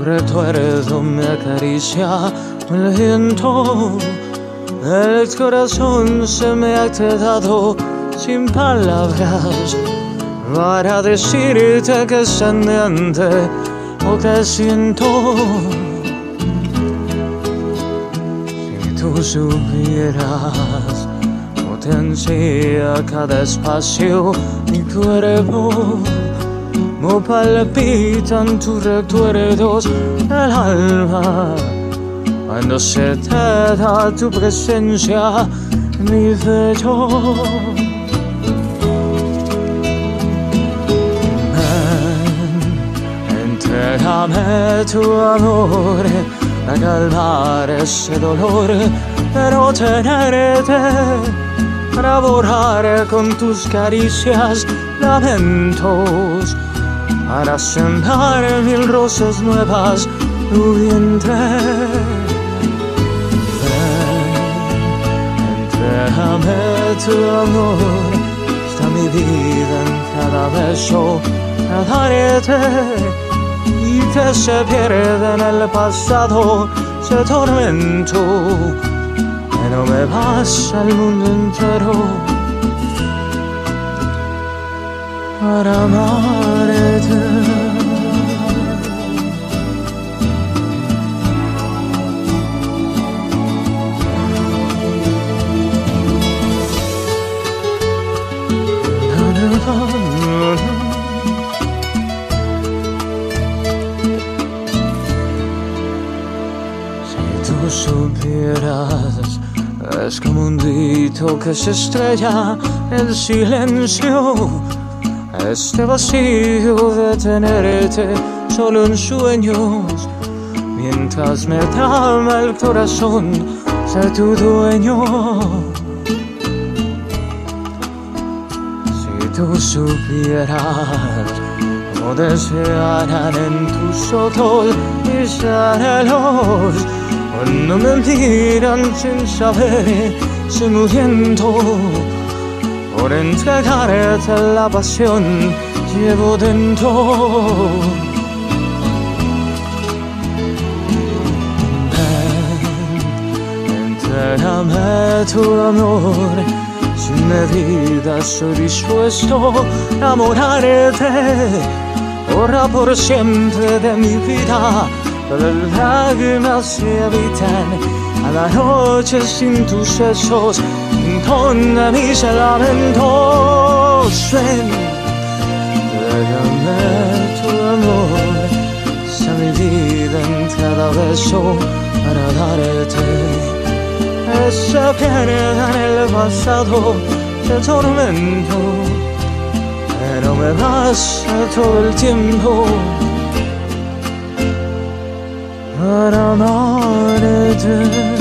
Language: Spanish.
recuerdo me acaricia el viento. El corazón se me ha quedado sin palabras para decirte que es anhelante lo que siento. Si tú supieras potencia cada espacio mi cuerpo, como palpitan tus recuerdos el alma cuando se te da tu presencia en mi pecho. Entrégame tu amor a calmar ese dolor, pero tenerte para borrar con tus caricias lamentos, para sembrar mil rosas nuevas tu vientre. Entrégame tu amor, está mi vida en cada beso, cada arete, y que se pierde en el pasado ese tormento, que no me vas al mundo entero para amarte. Si tú supieras, es como un grito que se estrella en silencio, este vacío de tenerte solo en sueños, mientras me trama el corazón ser tu dueño. Si tú supieras cómo desearán en tus ojos mis anhelos, cuando me miran sin saber si muriendo por entregarte la pasión llevo dentro. Ven, entrégame tu amor, sin medida estoy dispuesto a enamorarte. Borra por siempre de mi vida todas las lágrimas que habitan a la noche sin tus besos, entona mis lamentos. Ven, entrégame tu amor, está mi vida en cada beso para darte. Se pierde en el pasado el tormento, pero me basta todo el tiempo para amarte.